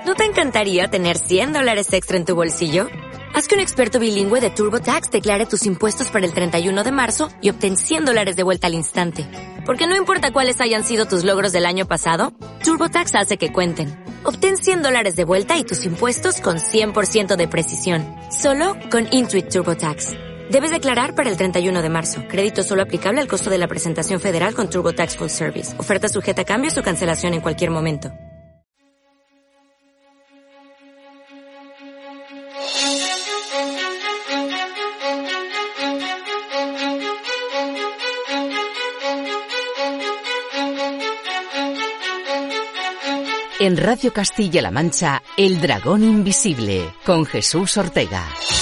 ¿No te encantaría tener $100 extra en tu bolsillo? Haz que un experto bilingüe de TurboTax declare tus impuestos para el 31 de marzo y obtén $100 de vuelta al instante. Porque no importa cuáles hayan sido tus logros del año pasado, TurboTax hace que cuenten. Obtén $100 de vuelta y tus impuestos con 100% de precisión. Solo con Intuit TurboTax. Debes declarar para el 31 de marzo. Crédito solo aplicable al costo de la presentación federal con TurboTax Full Service. Oferta sujeta a cambios o cancelación en cualquier momento. En Radio Castilla-La Mancha, El Dragón Invisible, con Jesús Ortega.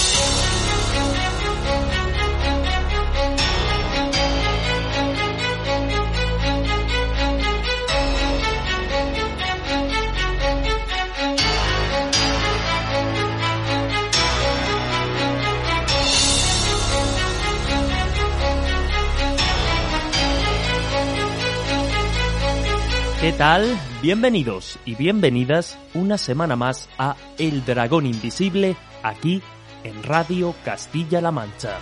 ¿Qué tal? Bienvenidos y bienvenidas una semana más a El Dragón Invisible, aquí en Radio Castilla-La Mancha.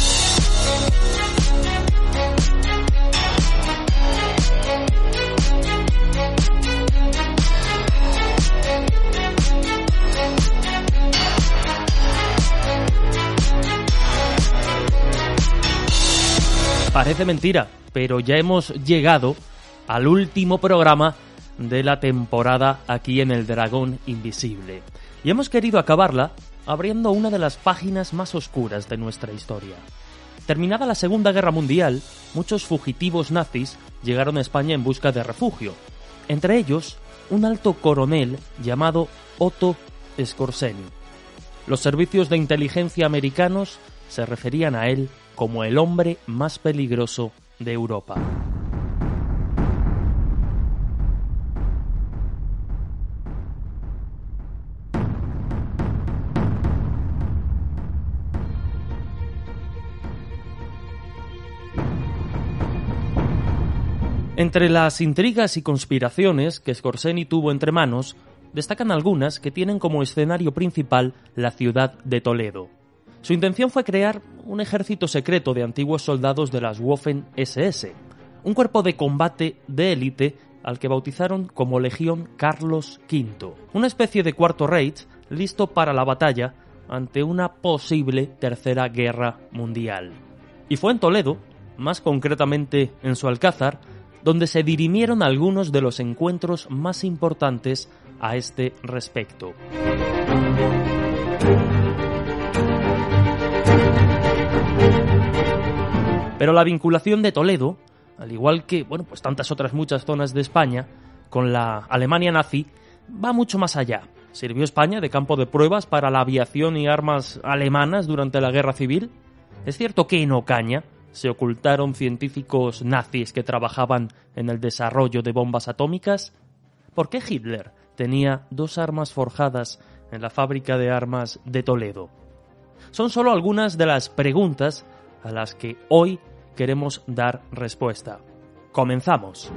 Parece mentira, pero ya hemos llegado al último programa de la temporada aquí en El Dragón Invisible. Y hemos querido acabarla abriendo una de las páginas más oscuras de nuestra historia. Terminada la Segunda Guerra Mundial, muchos fugitivos nazis llegaron a España en busca de refugio. Entre ellos, un alto coronel llamado Otto Skorzeny. Los servicios de inteligencia americanos se referían a él como el hombre más peligroso de Europa. Entre las intrigas y conspiraciones que Skorzeny tuvo entre manos, destacan algunas que tienen como escenario principal la ciudad de Toledo. Su intención fue crear un ejército secreto de antiguos soldados de las Waffen-SS, un cuerpo de combate de élite al que bautizaron como Legión Carlos V, una especie de Cuarto Reich listo para la batalla ante una posible Tercera Guerra Mundial. Y fue en Toledo, más concretamente en su alcázar, donde se dirimieron algunos de los encuentros más importantes a este respecto. Pero la vinculación de Toledo, al igual que pues tantas otras muchas zonas de España, con la Alemania nazi, va mucho más allá. ¿Sirvió España de campo de pruebas para la aviación y armas alemanas durante la Guerra Civil? ¿Es cierto que en Ocaña se ocultaron científicos nazis que trabajaban en el desarrollo de bombas atómicas? ¿Por qué Hitler tenía 2 armas forjadas en la fábrica de armas de Toledo? Son solo algunas de las preguntas a las que hoy queremos dar respuesta. ¡Comenzamos!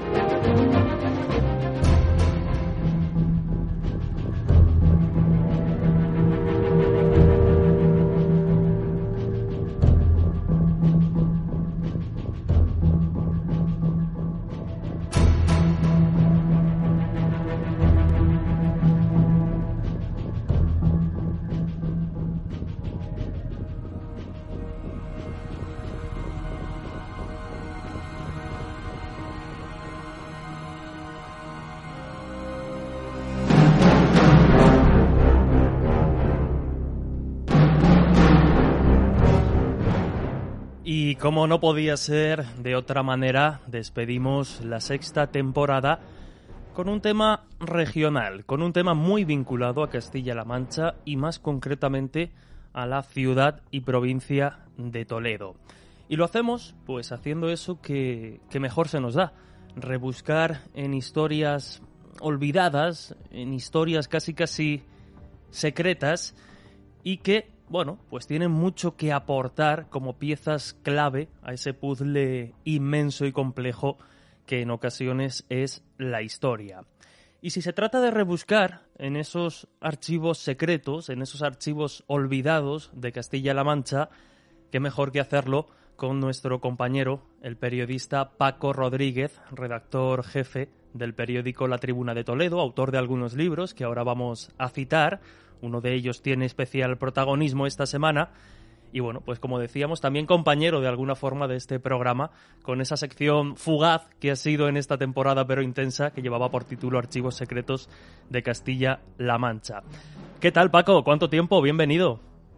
Y como no podía ser de otra manera, despedimos la 6ª temporada con un tema regional, con un tema muy vinculado a Castilla-La Mancha y más concretamente a la ciudad y provincia de Toledo. Y lo hacemos pues haciendo eso que mejor se nos da, rebuscar en historias olvidadas, en historias casi secretas y que, bueno, pues tienen mucho que aportar como piezas clave a ese puzzle inmenso y complejo que en ocasiones es la historia. Y si se trata de rebuscar en esos archivos secretos, en esos archivos olvidados de Castilla-La Mancha, qué mejor que hacerlo con nuestro compañero, el periodista Paco Rodríguez, redactor jefe del periódico La Tribuna de Toledo, autor de algunos libros que ahora vamos a citar. Uno de ellos tiene especial protagonismo esta semana. Y bueno, pues como decíamos, también compañero de alguna forma de este programa, con esa sección fugaz que ha sido en esta temporada pero intensa, que llevaba por título Archivos Secretos de Castilla-La Mancha. ¿Qué tal, Paco? ¿Cuánto tiempo? Bienvenido.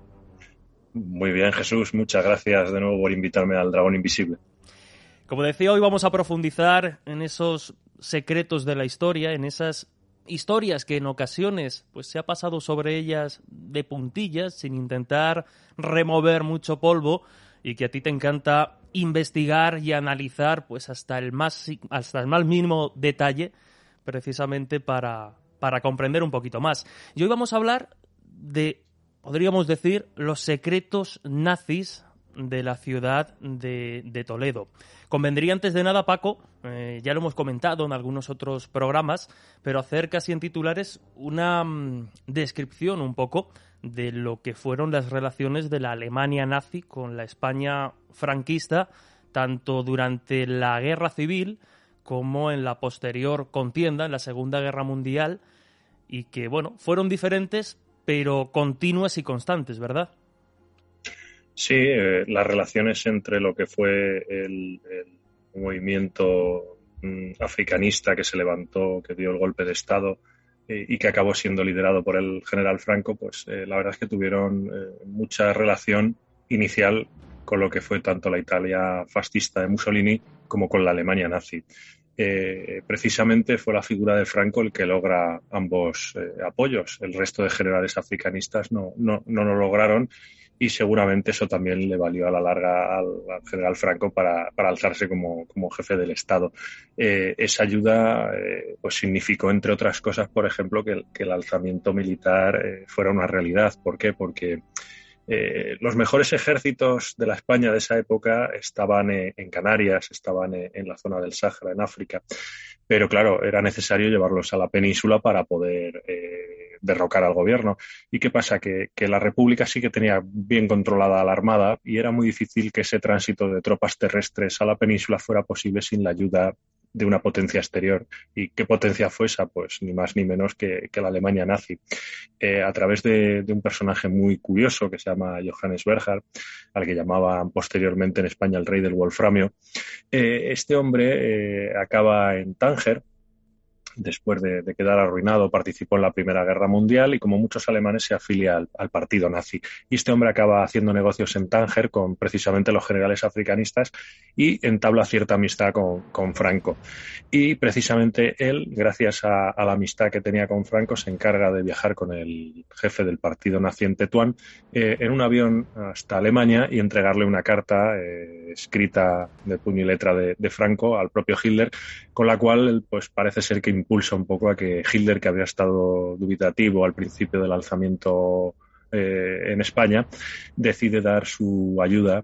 Muy bien, Jesús. Muchas gracias de nuevo por invitarme al Dragón Invisible. Como decía, hoy vamos a profundizar en esos secretos de la historia, en esas historias que en ocasiones pues se ha pasado sobre ellas de puntillas, sin intentar remover mucho polvo, y que a ti te encanta investigar y analizar pues hasta el más mínimo detalle, precisamente para comprender un poquito más. Y hoy vamos a hablar de, podríamos decir, los secretos nazis de la ciudad de Toledo. Convendría antes de nada, Paco, ya lo hemos comentado en algunos otros programas, pero hacer casi en titulares una descripción un poco de lo que fueron las relaciones de la Alemania nazi con la España franquista, tanto durante la Guerra Civil como en la posterior contienda, en la Segunda Guerra Mundial, y que, bueno, fueron diferentes, pero continuas y constantes, ¿verdad? Sí, las relaciones entre lo que fue el movimiento africanista que se levantó, que dio el golpe de Estado y que acabó siendo liderado por el general Franco, pues la verdad es que tuvieron mucha relación inicial con lo que fue tanto la Italia fascista de Mussolini como con la Alemania nazi. Precisamente fue la figura de Franco el que logra ambos apoyos. El resto de generales africanistas no lo lograron, y seguramente eso también le valió a la larga al general Franco para alzarse como jefe del Estado. Esa ayuda pues significó, entre otras cosas, por ejemplo, que el alzamiento militar fuera una realidad. ¿Por qué? Porque los mejores ejércitos de la España de esa época estaban en Canarias, estaban en la zona del Sáhara, en África, pero claro, era necesario llevarlos a la península para poder derrocar al gobierno. ¿Y qué pasa? Que la República sí que tenía bien controlada la Armada, y era muy difícil que ese tránsito de tropas terrestres a la península fuera posible sin la ayuda de una potencia exterior. ¿Y qué potencia fue esa? Pues ni más ni menos que la Alemania nazi. A través de un personaje muy curioso que se llama Johannes Berger, al que llamaban posteriormente en España el rey del Wolframio, este hombre acaba en Tánger. Después de quedar arruinado, participó en la Primera Guerra Mundial y, como muchos alemanes, se afilia al partido nazi. Y este hombre acaba haciendo negocios en Tánger con precisamente los generales africanistas y entabla cierta amistad con Franco. Y precisamente él, gracias a la amistad que tenía con Franco, se encarga de viajar con el jefe del partido nazi en Tetuán en un avión hasta Alemania y entregarle una carta escrita de puño y letra de Franco al propio Hitler, con la cual pues parece ser que impulsa un poco a que Hitler, que había estado dubitativo al principio del alzamiento en España, decide dar su ayuda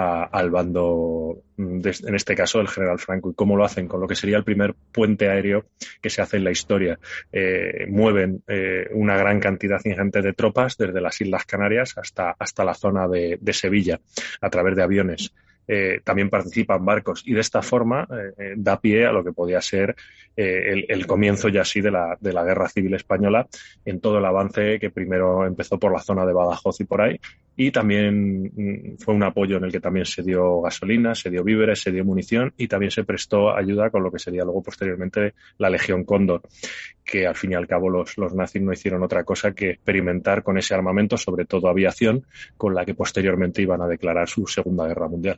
al bando, en este caso del general Franco. ¿Y cómo lo hacen? Con lo que sería el primer puente aéreo que se hace en la historia. Mueven una gran cantidad ingente de tropas desde las Islas Canarias hasta la zona de Sevilla a través de aviones. También participan barcos, y de esta forma da pie a lo que podía ser el comienzo ya así de la Guerra Civil Española, en todo el avance que primero empezó por la zona de Badajoz y por ahí, y también fue un apoyo en el que también se dio gasolina, se dio víveres, se dio munición, y también se prestó ayuda con lo que sería luego posteriormente la Legión Cóndor, que al fin y al cabo los nazis no hicieron otra cosa que experimentar con ese armamento, sobre todo aviación, con la que posteriormente iban a declarar su Segunda Guerra Mundial.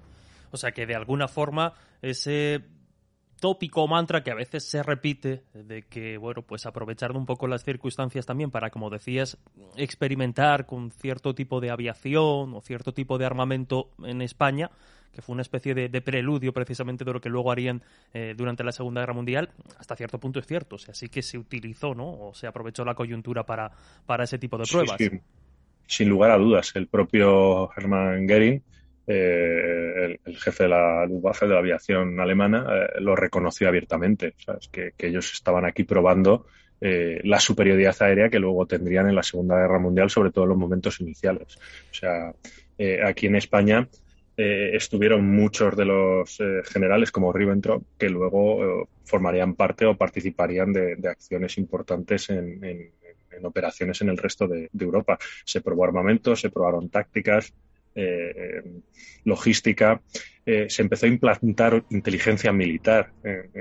O sea que de alguna forma ese tópico mantra que a veces se repite de que, bueno, pues aprovechar un poco las circunstancias también para, como decías, experimentar con cierto tipo de aviación o cierto tipo de armamento en España, que fue una especie de preludio precisamente de lo que luego harían durante la Segunda Guerra Mundial, hasta cierto punto es cierto. O sea, sí que se utilizó, ¿no? O se aprovechó la coyuntura para ese tipo de pruebas. Sí. Sin lugar a dudas, el propio Hermann Göring el jefe de la Luftwaffe, de la aviación alemana, lo reconoció abiertamente. ¿Sabes? Que ellos estaban aquí probando la superioridad aérea que luego tendrían en la Segunda Guerra Mundial, sobre todo en los momentos iniciales. O sea, aquí en España estuvieron muchos de los generales como Ribbentrop, que luego formarían parte o participarían de acciones importantes en operaciones en el resto de Europa. Se probó armamento, se probaron tácticas, logística, se empezó a implantar inteligencia militar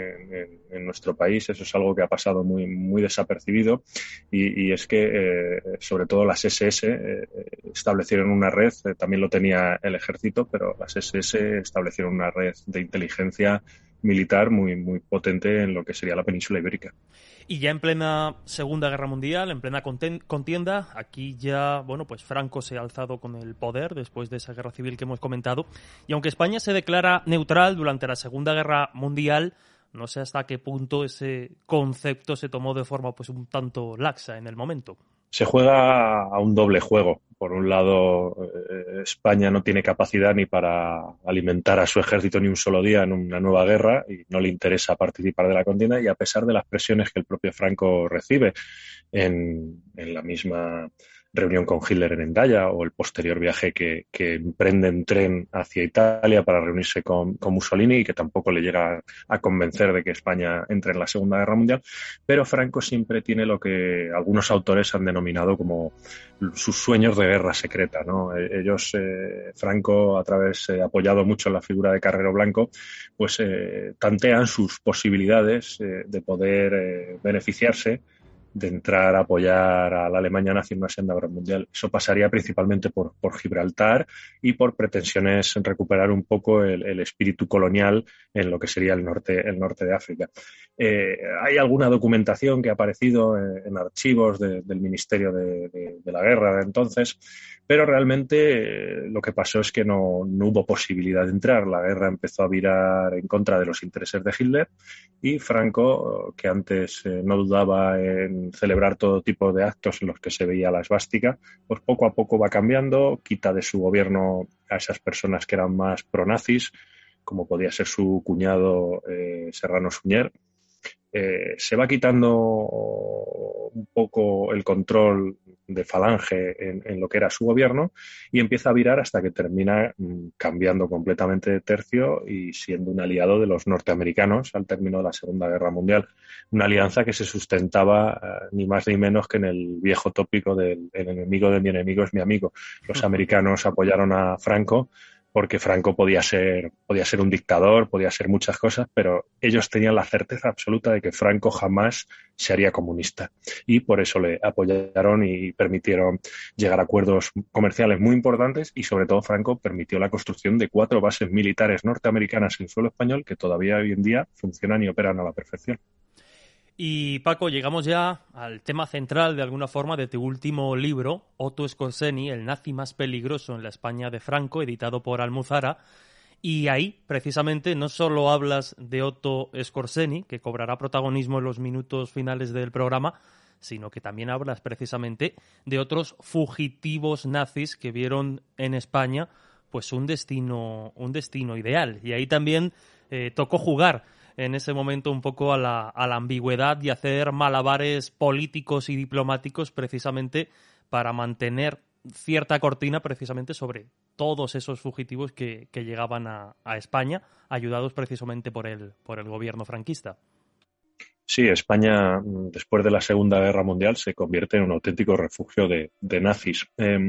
en nuestro país. Eso es algo que ha pasado muy, muy desapercibido, y es que sobre todo las SS establecieron una red, también lo tenía el ejército, pero las SS establecieron una red de inteligencia militar muy, muy potente en lo que sería la península ibérica. Y ya en plena Segunda Guerra Mundial, en plena contienda, aquí ya, bueno, pues Franco se ha alzado con el poder después de esa guerra civil que hemos comentado. Y aunque España se declara neutral durante la Segunda Guerra Mundial, no sé hasta qué punto ese concepto se tomó de forma pues un tanto laxa en el momento. Se juega a un doble juego. Por un lado, España no tiene capacidad ni para alimentar a su ejército ni un solo día en una nueva guerra y no le interesa participar de la contienda, y a pesar de las presiones que el propio Franco recibe en la misma reunión con Hitler en Hendaya, o el posterior viaje que emprende en tren hacia Italia para reunirse con Mussolini, y que tampoco le llega a convencer de que España entre en la Segunda Guerra Mundial. Pero Franco siempre tiene lo que algunos autores han denominado como sus sueños de guerra secreta, ¿no? Ellos, Franco, apoyado mucho en la figura de Carrero Blanco, pues tantean sus posibilidades de poder beneficiarse de entrar a apoyar a la Alemania nazi en una Segunda Guerra Mundial. Eso pasaría principalmente por Gibraltar y por pretensiones en recuperar un poco el espíritu colonial en lo que sería el norte de África. Hay alguna documentación que ha aparecido en archivos del Ministerio de la Guerra de entonces, pero realmente lo que pasó es que no hubo posibilidad de entrar. La guerra empezó a virar en contra de los intereses de Hitler, y Franco, que antes no dudaba en celebrar todo tipo de actos en los que se veía la esvástica, pues poco a poco va cambiando, quita de su gobierno a esas personas que eran más pronazis, como podía ser su cuñado Serrano Suñer. Se va quitando un poco el control de Falange en lo que era su gobierno, y empieza a virar hasta que termina cambiando completamente de tercio y siendo un aliado de los norteamericanos al término de la Segunda Guerra Mundial. Una alianza que se sustentaba ni más ni menos que en el viejo tópico del el enemigo de mi enemigo es mi amigo. Los americanos apoyaron a Franco porque Franco podía ser un dictador, podía ser muchas cosas, pero ellos tenían la certeza absoluta de que Franco jamás se haría comunista, y por eso le apoyaron y permitieron llegar a acuerdos comerciales muy importantes, y sobre todo Franco permitió la construcción de 4 bases militares norteamericanas en suelo español que todavía hoy en día funcionan y operan a la perfección. Y Paco, llegamos ya al tema central de alguna forma de tu último libro, Otto Skorzeny, el nazi más peligroso en la España de Franco, editado por Almuzara. Y ahí, precisamente, no solo hablas de Otto Skorzeny, que cobrará protagonismo en los minutos finales del programa, sino que también hablas precisamente de otros fugitivos nazis que vieron en España pues un destino ideal. Y ahí también tocó jugar en ese momento un poco a la ambigüedad y hacer malabares políticos y diplomáticos precisamente para mantener cierta cortina precisamente sobre todos esos fugitivos que llegaban a España, ayudados precisamente por el gobierno franquista. Sí, España, después de la Segunda Guerra Mundial, se convierte en un auténtico refugio de nazis.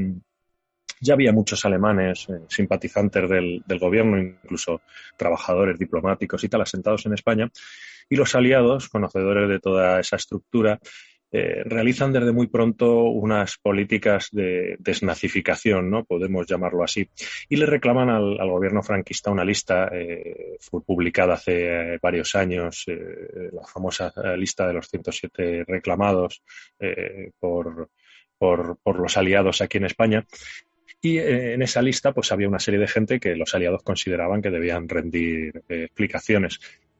Ya había muchos alemanes simpatizantes del gobierno, incluso trabajadores diplomáticos y tal, asentados en España, y los aliados, conocedores de toda esa estructura, realizan desde muy pronto unas políticas de desnazificación, ¿no? Podemos llamarlo así, y le reclaman al gobierno franquista una lista, fue publicada hace varios años, la famosa lista de los 107 reclamados por los aliados aquí en España. Y en esa lista pues había una serie de gente que los aliados consideraban que debían rendir explicaciones.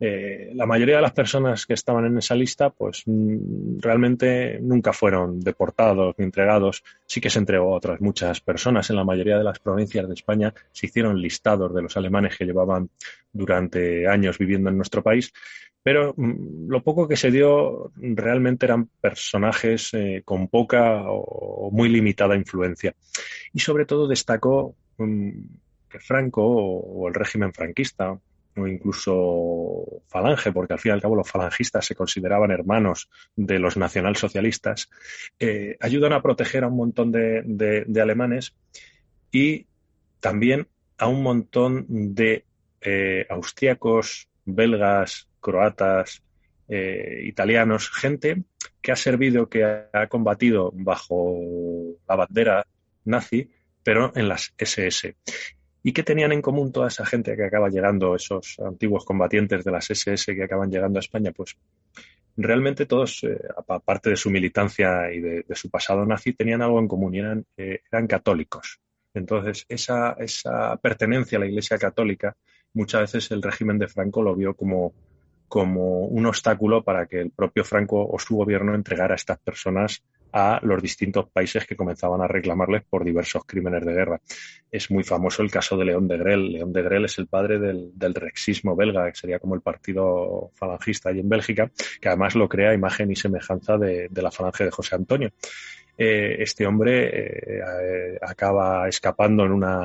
La mayoría de las personas que estaban en esa lista, pues realmente nunca fueron deportados ni entregados. Sí que se entregó a otras muchas personas. En la mayoría de las provincias de España se hicieron listados de los alemanes que llevaban durante años viviendo en nuestro país. Pero lo poco que se dio realmente eran personajes con poca o muy limitada influencia. Y sobre todo destacó que Franco o el régimen franquista, o incluso Falange, porque al fin y al cabo los falangistas se consideraban hermanos de los nacionalsocialistas, ayudan a proteger a un montón de alemanes y también a un montón de austríacos, belgas, croatas, italianos, gente que ha servido, que ha combatido bajo la bandera nazi, pero en las SS. ¿Y qué tenían en común toda esa gente que acaba llegando, esos antiguos combatientes de las SS que acaban llegando a España? Pues realmente todos, aparte de su militancia y de su pasado nazi, tenían algo en común y eran católicos. Entonces, esa pertenencia a la Iglesia Católica, muchas veces el régimen de Franco lo vio como un obstáculo para que el propio Franco o su gobierno entregara a estas personas a los distintos países que comenzaban a reclamarles por diversos crímenes de guerra. Es muy famoso el caso de León de Grelle. León de Grelle es el padre del rexismo belga, que sería como el partido falangista allí en Bélgica, que además lo crea a imagen y semejanza de la falange de José Antonio. Este hombre acaba escapando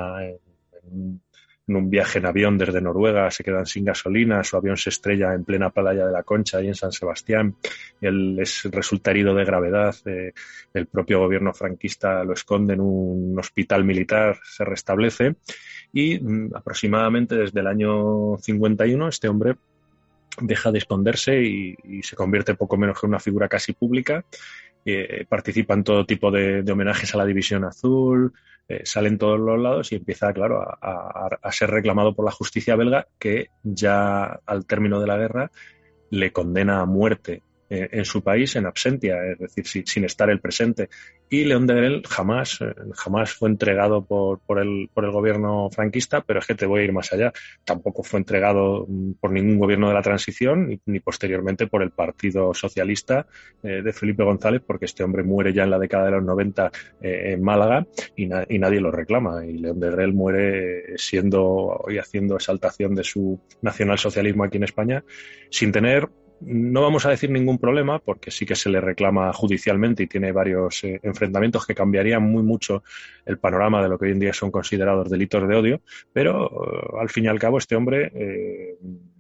en un viaje en avión desde Noruega, se quedan sin gasolina, su avión se estrella en plena playa de la Concha, ahí en San Sebastián, él resulta herido de gravedad, el propio gobierno franquista lo esconde en un hospital militar, se restablece y aproximadamente desde el año 51 este hombre deja de esconderse y se convierte poco menos que en una figura casi pública. Participa en todo tipo de homenajes a la División Azul, sale en todos los lados y empieza, claro, a ser reclamado por la justicia belga, que ya al término de la guerra le condena a muerte en su país en absentia, es decir, sin estar el presente. Y León de Grelle jamás fue entregado por el gobierno franquista, pero es que te voy a ir más allá. Tampoco fue entregado por ningún gobierno de la transición ni posteriormente por el Partido Socialista de Felipe González, porque este hombre muere ya en la década de los 90 en Málaga y nadie lo reclama. Y León de Grelle muere siendo y haciendo exaltación de su nacionalsocialismo aquí en España sin tener, no vamos a decir ningún problema, porque sí que se le reclama judicialmente y tiene varios enfrentamientos que cambiarían muy mucho el panorama de lo que hoy en día son considerados delitos de odio, pero al fin y al cabo este hombre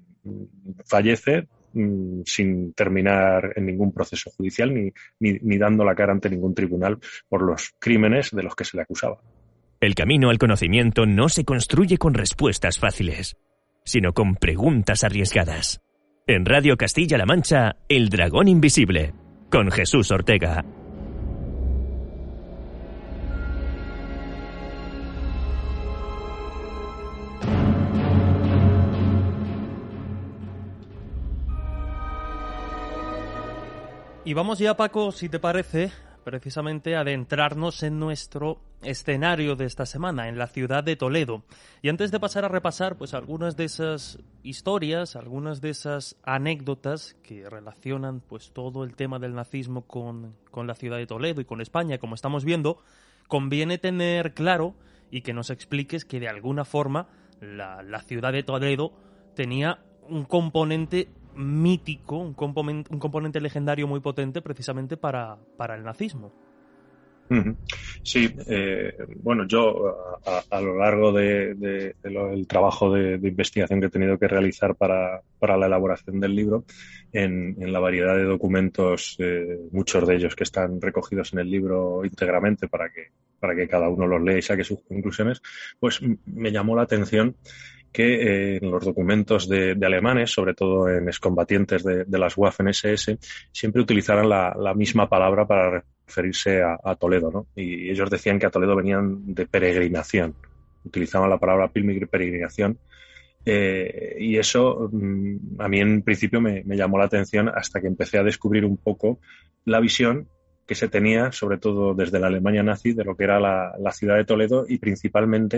fallece sin terminar en ningún proceso judicial ni dando la cara ante ningún tribunal por los crímenes de los que se le acusaba. El camino al conocimiento no se construye con respuestas fáciles, sino con preguntas arriesgadas. En Radio Castilla-La Mancha, El Dragón Invisible, con Jesús Ortega. Y vamos ya, Paco, si te parece, precisamente a adentrarnos en nuestro escenario de esta semana, en la ciudad de Toledo. Y antes de pasar a repasar pues algunas de esas historias, algunas de esas anécdotas que relacionan pues todo el tema del nazismo con la ciudad de Toledo y con España, como estamos viendo, conviene tener claro y que nos expliques que de alguna forma la ciudad de Toledo tenía un componente mítico, un componente legendario muy potente precisamente para el nazismo. Sí, bueno, yo a lo largo del trabajo de investigación que he tenido que realizar para la elaboración del libro, en la variedad de documentos, muchos de ellos que están recogidos en el libro íntegramente para que cada uno los lea y saque sus conclusiones, pues me llamó la atención que en los documentos de alemanes, sobre todo en excombatientes de las Waffen-SS, siempre utilizaran la misma palabra para referirse a Toledo, ¿no? Y ellos decían que a Toledo venían de peregrinación, utilizaban la palabra peregrinación, y eso a mí en principio me llamó la atención hasta que empecé a descubrir un poco la visión que se tenía, sobre todo desde la Alemania nazi, de lo que era la ciudad de Toledo y principalmente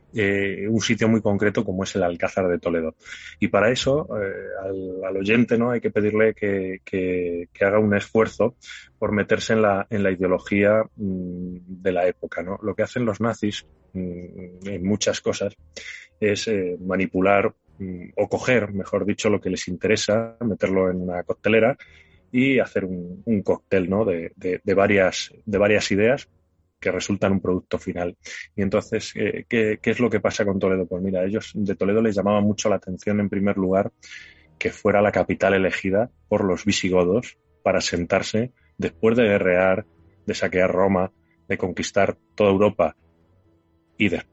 un sitio muy concreto como es el Alcázar de Toledo. Y para eso, al oyente, ¿no?, hay que pedirle que haga un esfuerzo por meterse en la ideología de la época, ¿no? Lo que hacen los nazis en muchas cosas es manipular o coger, mejor dicho, lo que les interesa, meterlo en una coctelera y hacer un cóctel, ¿no?, de varias ideas que resultan un producto final. Y entonces, ¿qué es lo que pasa con Toledo? Pues mira, ellos de Toledo les llamaba mucho la atención, en primer lugar, que fuera la capital elegida por los visigodos para asentarse después de guerrear, de saquear Roma, de conquistar toda Europa y después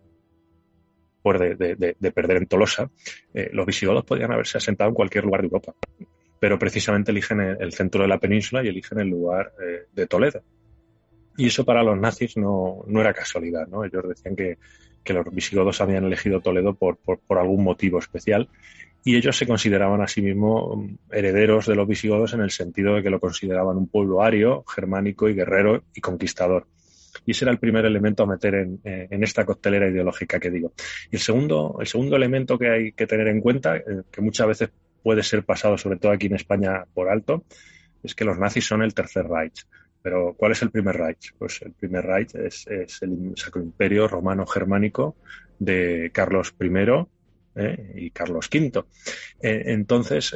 de perder en Tolosa. Los visigodos podían haberse asentado en cualquier lugar de Europa, pero precisamente eligen el centro de la península y eligen el lugar de Toledo. Y eso para los nazis no era casualidad, ¿no? Ellos decían que los visigodos habían elegido Toledo por algún motivo especial, y ellos se consideraban a sí mismos herederos de los visigodos en el sentido de que lo consideraban un pueblo ario, germánico y guerrero y conquistador. Y ese era el primer elemento a meter en esta coctelera ideológica que digo. Y el segundo elemento que hay que tener en cuenta, que muchas veces puede ser pasado, sobre todo aquí en España, por alto, es que los nazis son el Tercer Reich. Pero, ¿cuál es el primer Reich? Pues el primer Reich es el Sacro Imperio Romano Germánico de Carlos I y Carlos V. Entonces,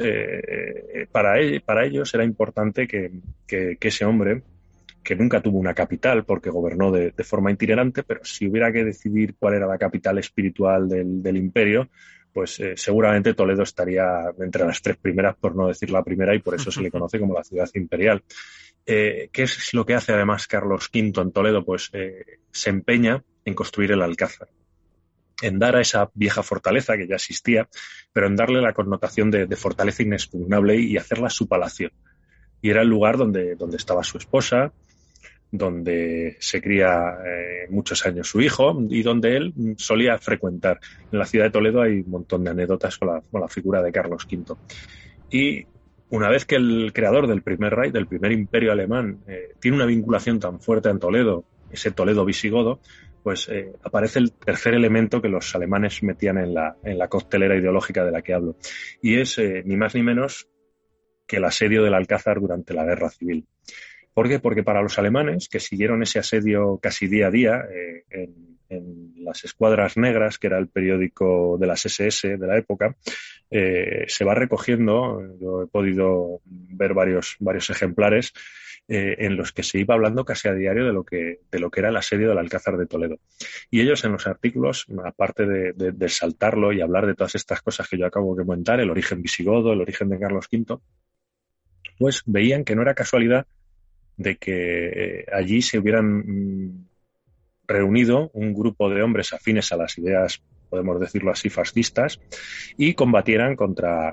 para ellos era importante que ese hombre, que nunca tuvo una capital porque gobernó de forma itinerante, pero si hubiera que decidir cuál era la capital espiritual del imperio, pues seguramente Toledo estaría entre las tres primeras, por no decir la primera, y por eso se le conoce como la ciudad imperial. ¿Qué es lo que hace además Carlos V en Toledo? Pues se empeña en construir el Alcázar, en dar a esa vieja fortaleza que ya existía, pero en darle la connotación de fortaleza inexpugnable y hacerla su palacio. Y era el lugar donde estaba su esposa, donde se cría muchos años su hijo y donde él solía frecuentar. En la ciudad de Toledo hay un montón de anécdotas con la figura de Carlos V. Y una vez que el creador del primer Reich, del primer imperio alemán, tiene una vinculación tan fuerte en Toledo, ese Toledo visigodo, pues aparece el tercer elemento que los alemanes metían en la coctelera ideológica de la que hablo. Y es ni más ni menos que el asedio del Alcázar durante la Guerra Civil. ¿Por qué? Porque para los alemanes, que siguieron ese asedio casi día a día en las Escuadras Negras, que era el periódico de las SS de la época, se va recogiendo, yo he podido ver varios ejemplares en los que se iba hablando casi a diario de lo que era el asedio del Alcázar de Toledo. Y ellos en los artículos, aparte de saltarlo y hablar de todas estas cosas que yo acabo de comentar, el origen visigodo, el origen de Carlos V, pues veían que no era casualidad de que allí se hubieran reunido un grupo de hombres afines a las ideas, podemos decirlo así, fascistas, y combatieran contra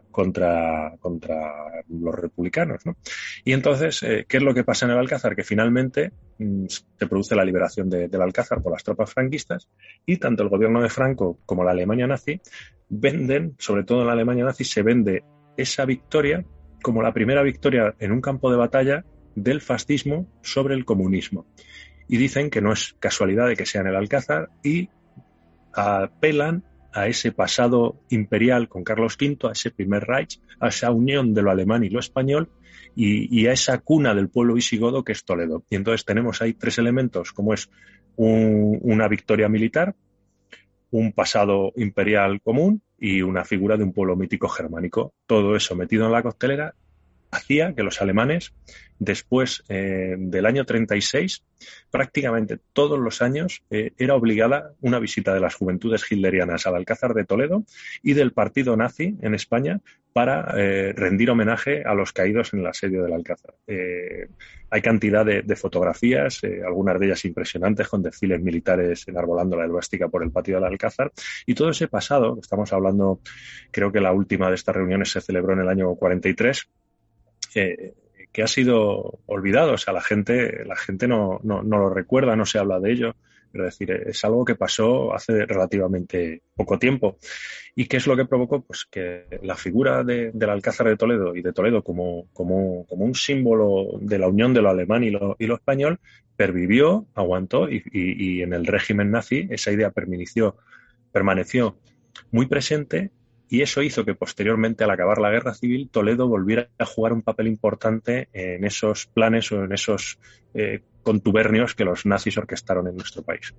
los republicanos, ¿no? Y entonces, ¿qué es lo que pasa en el Alcázar? Que finalmente se produce la liberación del Alcázar por las tropas franquistas, y tanto el gobierno de Franco como la Alemania nazi venden, sobre todo en la Alemania nazi, se vende esa victoria como la primera victoria en un campo de batalla del fascismo sobre el comunismo. Y dicen que no es casualidad de que sea en el Alcázar y apelan a ese pasado imperial con Carlos V, a ese primer Reich, a esa unión de lo alemán y lo español y a esa cuna del pueblo visigodo que es Toledo. Y entonces tenemos ahí tres elementos, como es una victoria militar, un pasado imperial común y una figura de un pueblo mítico germánico. Todo eso metido en la coctelera hacía que los alemanes, después del año 36, prácticamente todos los años era obligada una visita de las juventudes hitlerianas al Alcázar de Toledo y del partido nazi en España para rendir homenaje a los caídos en el asedio del Alcázar. Hay cantidad de fotografías, algunas de ellas impresionantes, con desfiles militares enarbolando la esvástica por el patio del Alcázar, y todo ese pasado, estamos hablando, creo que la última de estas reuniones se celebró en el año 43, que ha sido olvidado. O sea, la gente no lo recuerda, no se habla de ello. Es decir, es algo que pasó hace relativamente poco tiempo. ¿Y qué es lo que provocó? Pues que la figura del Alcázar de Toledo y de Toledo como un símbolo de la unión de lo alemán y lo español pervivió, aguantó y en el régimen nazi esa idea permaneció permaneció muy presente, y eso hizo que posteriormente, al acabar la Guerra Civil, Toledo volviera a jugar un papel importante en esos planes o en esos contubernios que los nazis orquestaron en nuestro país.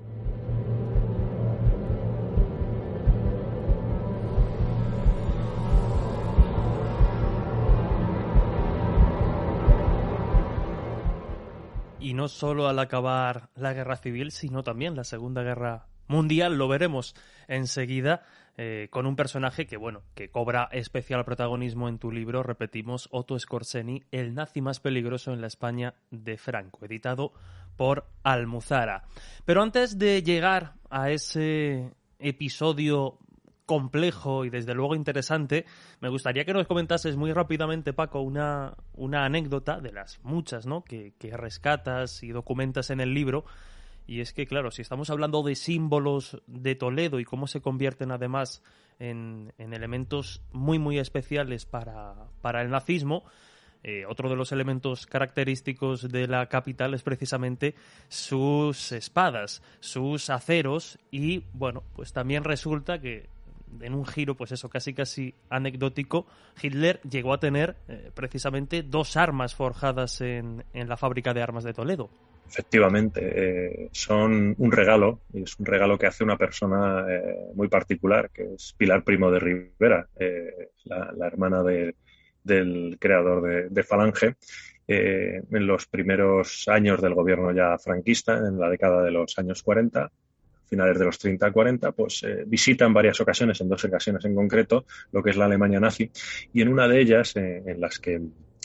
Y no solo al acabar la Guerra Civil, sino también la Segunda Guerra Mundial. Lo veremos enseguida con un personaje que cobra especial protagonismo en tu libro, repetimos, Otto Skorzeny, el nazi más peligroso en la España de Franco, editado por Almuzara. Pero antes de llegar a ese episodio complejo y desde luego interesante, me gustaría que nos comentases muy rápidamente, Paco, una anécdota de las muchas, ¿no?, que rescatas y documentas en el libro. Y es que, claro, si estamos hablando de símbolos de Toledo y cómo se convierten además en elementos muy, muy especiales para el nazismo, otro de los elementos característicos de la capital es precisamente sus espadas, sus aceros, y bueno, pues también resulta que en un giro, pues eso, casi anecdótico, Hitler llegó a tener precisamente 2 armas forjadas en la fábrica de armas de Toledo. Efectivamente, son un regalo, y es un regalo que hace una persona muy particular, que es Pilar Primo de Rivera, la hermana del creador de Falange. En los primeros años del gobierno ya franquista, en la década de los años 40, finales de los 30-40, pues visita en varias ocasiones, en 2 ocasiones en concreto, lo que es la Alemania nazi, y en una de ellas, en las que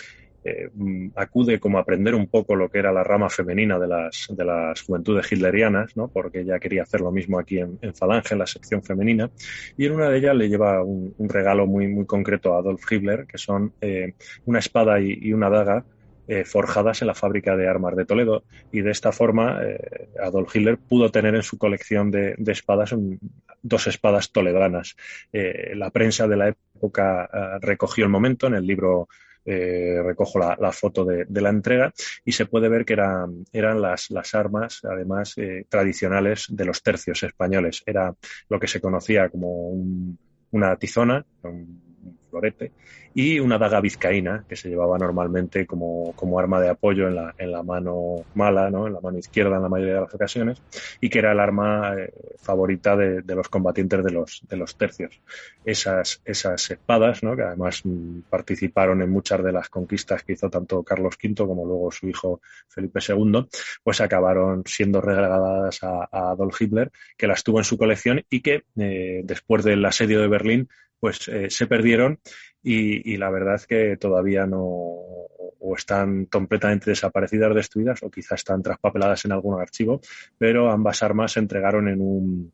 acude como a aprender un poco lo que era la rama femenina de las juventudes hitlerianas, ¿no?, porque ella quería hacer lo mismo aquí en Falange, en la sección femenina, y en una de ellas le lleva un regalo muy, muy concreto a Adolf Hitler, que son una espada y una daga forjadas en la fábrica de armas de Toledo, y de esta forma Adolf Hitler pudo tener en su colección de espadas 2 espadas toledanas. La prensa de la época recogió el momento. En el libro recojo la foto de la entrega, y se puede ver que eran las armas, además, tradicionales de los tercios españoles. Era lo que se conocía como una tizona, un florete, y una daga vizcaína, que se llevaba normalmente como arma de apoyo en la mano mala, ¿no?, en la mano izquierda en la mayoría de las ocasiones, y que era el arma favorita de los combatientes de los tercios. Esas espadas, ¿no?, que además participaron en muchas de las conquistas que hizo tanto Carlos V como luego su hijo Felipe II, pues acabaron siendo regaladas a Adolf Hitler, que las tuvo en su colección, y que después del asedio de Berlín pues se perdieron, y la verdad es que todavía no, o están completamente desaparecidas, destruidas, o quizás están traspapeladas en algún archivo, pero ambas armas se entregaron en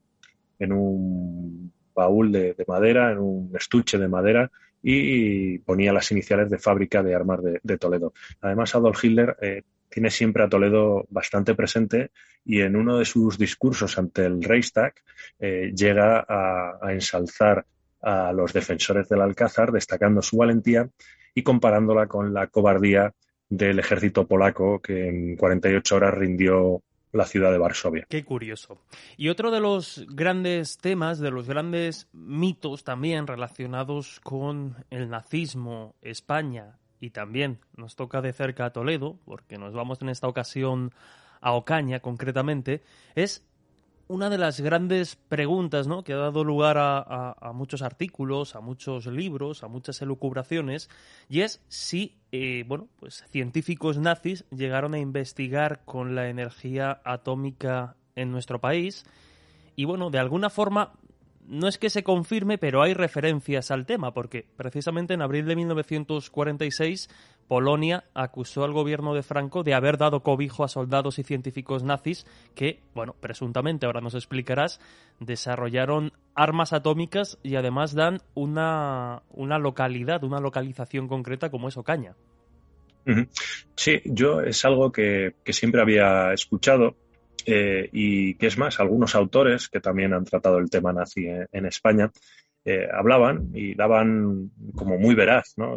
un baúl de madera, en un estuche de madera, y ponía las iniciales de Fábrica de Armas de Toledo. Además, Adolf Hitler tiene siempre a Toledo bastante presente, y en uno de sus discursos ante el Reichstag llega a ensalzar a los defensores del Alcázar, destacando su valentía y comparándola con la cobardía del ejército polaco, que en 48 horas rindió la ciudad de Varsovia. Qué curioso. Y otro de los grandes temas, de los grandes mitos también relacionados con el nazismo, España, y también nos toca de cerca a Toledo, porque nos vamos en esta ocasión a Ocaña concretamente, es una de las grandes preguntas, ¿no?, que ha dado lugar a muchos artículos, a muchos libros, a muchas elucubraciones, y es si pues científicos nazis llegaron a investigar con la energía atómica en nuestro país. Y bueno, de alguna forma, no es que se confirme, pero hay referencias al tema, porque precisamente en abril de 1946 Polonia acusó al gobierno de Franco de haber dado cobijo a soldados y científicos nazis que, bueno, presuntamente, ahora nos explicarás, desarrollaron armas atómicas y además dan una localidad, una localización concreta como es Ocaña. Sí, yo es algo que siempre había escuchado. Y que es más, algunos autores que también han tratado el tema nazi en España hablaban y daban como muy veraz, ¿no?,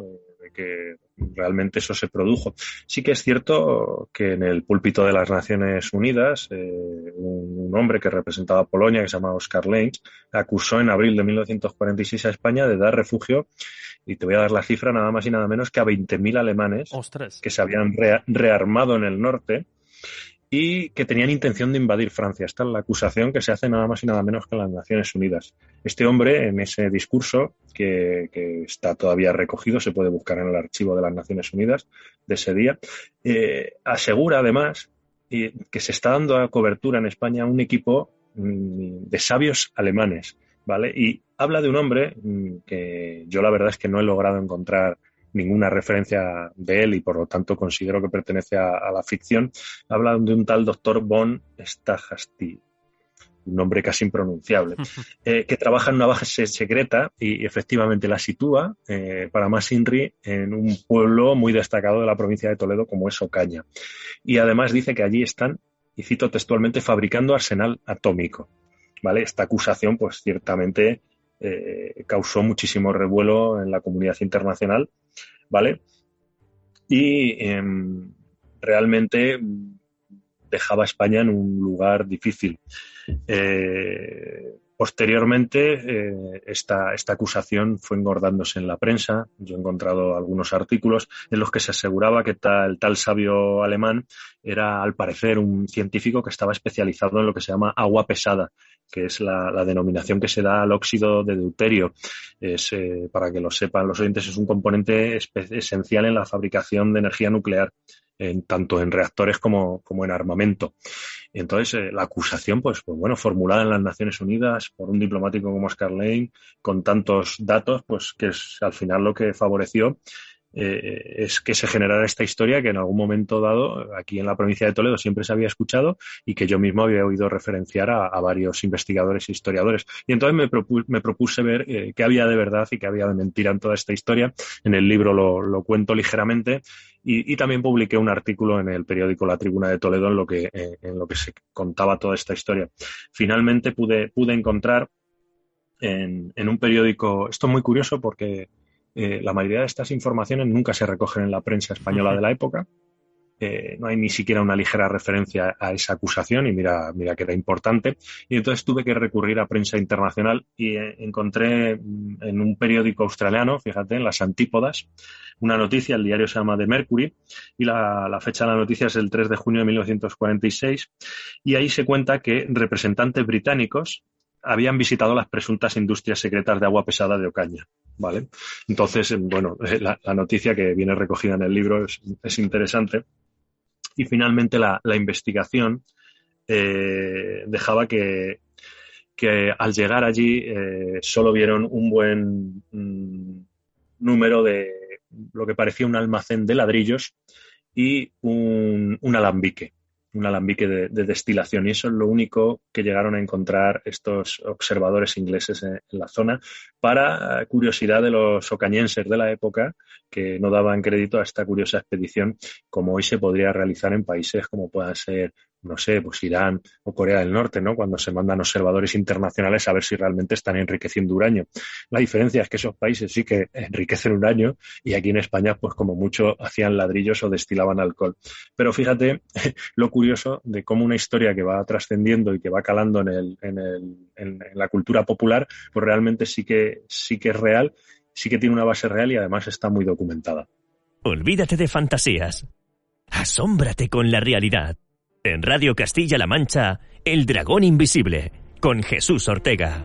que realmente eso se produjo. Sí que es cierto que en el púlpito de las Naciones Unidas, un hombre que representaba a Polonia, que se llama Oscar Lenz, acusó en abril de 1946 a España de dar refugio, y te voy a dar la cifra, nada más y nada menos que a 20.000 alemanes. ¡Ostras! Que se habían rearmado en el norte y que tenían intención de invadir Francia. Esta es la acusación que se hace nada más y nada menos que en las Naciones Unidas. Este hombre, en ese discurso, que está todavía recogido, se puede buscar en el archivo de las Naciones Unidas de ese día, asegura además que se está dando a cobertura en España a un equipo de sabios alemanes, ¿vale? Y habla de un hombre que yo la verdad es que no he logrado encontrar ninguna referencia de él y por lo tanto considero que pertenece a la ficción. Habla de un tal doctor von Stachasti, un nombre casi impronunciable, que trabaja en una base secreta y efectivamente la sitúa, para más INRI, en un pueblo muy destacado de la provincia de Toledo como es Ocaña. Y además dice que allí están, y cito textualmente, fabricando arsenal atómico, ¿vale? Esta acusación pues ciertamente causó muchísimo revuelo en la comunidad internacional, ¿vale? Y realmente dejaba a España en un lugar difícil. Posteriormente, esta acusación fue engordándose en la prensa. Yo he encontrado algunos artículos en los que se aseguraba que el tal sabio alemán era, al parecer, un científico que estaba especializado en lo que se llama agua pesada, que es la denominación que se da al óxido de deuterio. Para que lo sepan los oyentes, es un componente esencial en la fabricación de energía nuclear, tanto en reactores como en armamento. Entonces, la acusación, pues bueno, formulada en las Naciones Unidas por un diplomático como Oscar Lenz, con tantos datos, pues que es al final lo que favoreció es que se generara esta historia que en algún momento dado aquí en la provincia de Toledo siempre se había escuchado y que yo mismo había oído referenciar a varios investigadores e historiadores. Y entonces me propuse ver qué había de verdad y qué había de mentira en toda esta historia. En el libro lo cuento ligeramente y también publiqué un artículo en el periódico La Tribuna de Toledo en lo que se contaba toda esta historia. Finalmente pude encontrar en un periódico, esto es muy curioso porque la mayoría de estas informaciones nunca se recogen en la prensa española de la época. No hay ni siquiera una ligera referencia a esa acusación y mira que era importante. Y entonces tuve que recurrir a prensa internacional y encontré en un periódico australiano, fíjate, en las Antípodas, una noticia. El diario se llama The Mercury y la fecha de la noticia es el 3 de junio de 1946 y ahí se cuenta que representantes británicos habían visitado las presuntas industrias secretas de agua pesada de Ocaña, ¿vale? Entonces, bueno, la noticia que viene recogida en el libro es interesante. Y finalmente la investigación dejaba que al llegar allí solo vieron un buen número de lo que parecía un almacén de ladrillos y un alambique de destilación, y eso es lo único que llegaron a encontrar estos observadores ingleses en la zona, para curiosidad de los ocañenses de la época, que no daban crédito a esta curiosa expedición como hoy se podría realizar en países como puedan ser, no sé, pues Irán o Corea del Norte, ¿no? Cuando se mandan observadores internacionales a ver si realmente están enriqueciendo uranio. La diferencia es que esos países sí que enriquecen uranio y aquí en España, pues como mucho, hacían ladrillos o destilaban alcohol. Pero fíjate lo curioso de cómo una historia que va trascendiendo y que va calando en la cultura popular, pues realmente sí que es real, sí que tiene una base real y además está muy documentada. Olvídate de fantasías. Asómbrate con la realidad. En Radio Castilla-La Mancha, El Dragón Invisible, con Jesús Ortega.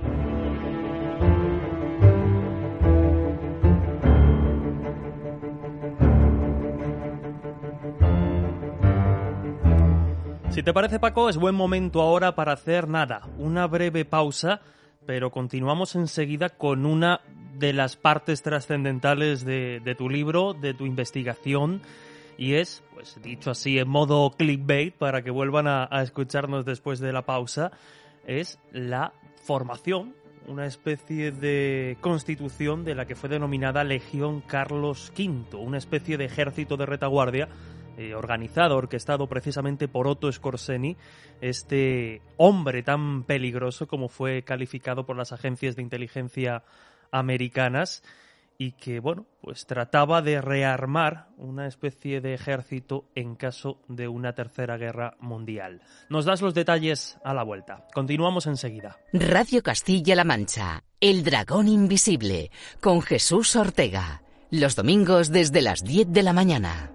Si te parece, Paco, es buen momento ahora para hacer una breve pausa, pero continuamos enseguida con una de las partes trascendentales de tu libro, de tu investigación, y es, pues dicho así en modo clickbait, para que vuelvan a escucharnos después de la pausa, es la formación, una especie de constitución de la que fue denominada Legión Carlos V, una especie de ejército de retaguardia organizado, orquestado precisamente por Otto Skorzeny, este hombre tan peligroso como fue calificado por las agencias de inteligencia americanas. y que, bueno, pues trataba de rearmar una especie de ejército en caso de una tercera guerra mundial. Nos das los detalles a la vuelta. Continuamos enseguida. Radio Castilla-La Mancha, El Dragón Invisible, con Jesús Ortega. Los domingos desde las 10 de la mañana.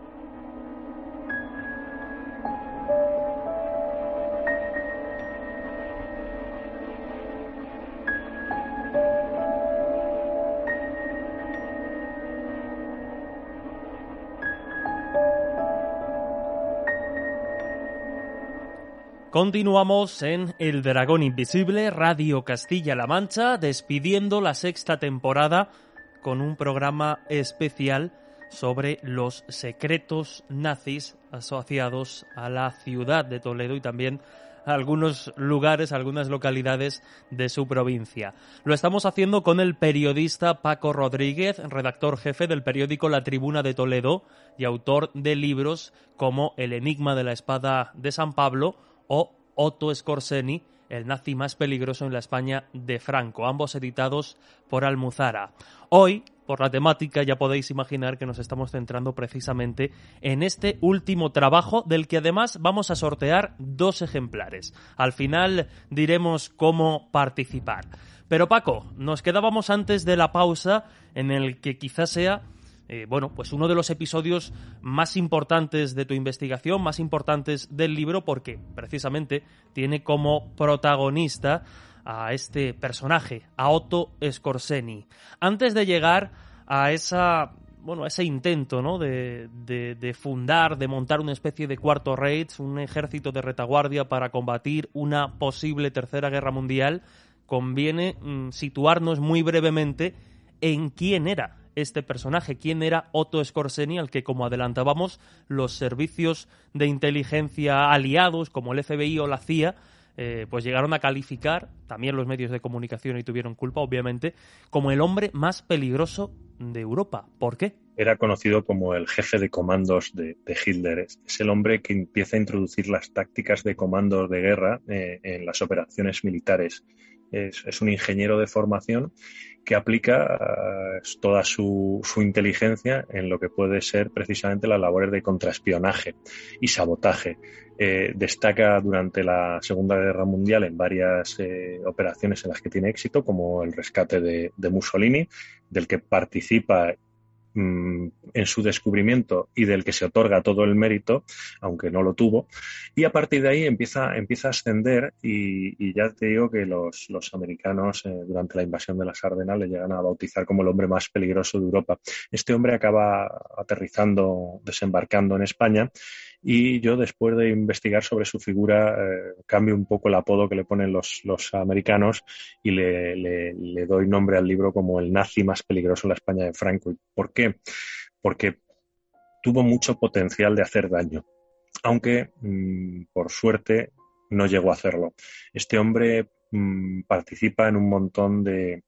Continuamos en El Dragón Invisible, Radio Castilla-La Mancha, despidiendo la 6ª temporada con un programa especial sobre los secretos nazis asociados a la ciudad de Toledo y también a algunos lugares, algunas localidades de su provincia. Lo estamos haciendo con el periodista Paco Rodríguez, redactor jefe del periódico La Tribuna de Toledo y autor de libros como El enigma de la espada de San Pablo o Otto Skorzeny, el nazi más peligroso en la España de Franco, ambos editados por Almuzara. Hoy, por la temática, ya podéis imaginar que nos estamos centrando precisamente en este último trabajo, del que además vamos a sortear 2 ejemplares. Al final diremos cómo participar. Pero Paco, nos quedábamos antes de la pausa en el que quizás sea pues uno de los episodios más importantes de tu investigación, más importantes del libro, porque precisamente tiene como protagonista a este personaje, a Otto Skorzeny. Antes de llegar a ese intento, ¿no?, de fundar, de montar una especie de Cuarto Reich, un ejército de retaguardia para combatir una posible tercera guerra mundial, conviene situarnos muy brevemente en quién era este personaje, quién era Otto Skorzeny, al que, como adelantábamos, los servicios de inteligencia aliados, como el FBI o la CIA, pues llegaron a calificar, también los medios de comunicación y tuvieron culpa, obviamente, como el hombre más peligroso de Europa. ¿Por qué? Era conocido como el jefe de comandos de Hitler. Es el hombre que empieza a introducir las tácticas de comandos de guerra en las operaciones militares. Es un ingeniero de formación que aplica toda su inteligencia en lo que puede ser precisamente las labores de contraespionaje y sabotaje. Destaca durante la Segunda Guerra Mundial en varias operaciones en las que tiene éxito, como el rescate de Mussolini, del que participa en su descubrimiento y del que se otorga todo el mérito, aunque no lo tuvo, y a partir de ahí empieza a ascender y ya te digo que los americanos durante la invasión de las Ardenas le llegan a bautizar como el hombre más peligroso de Europa. Este hombre acaba desembarcando en España, y yo, después de investigar sobre su figura, cambio un poco el apodo que le ponen los americanos y le doy nombre al libro como el nazi más peligroso en la España de Franco. ¿Por qué? Porque tuvo mucho potencial de hacer daño, aunque por suerte no llegó a hacerlo. Este hombre participa en un montón de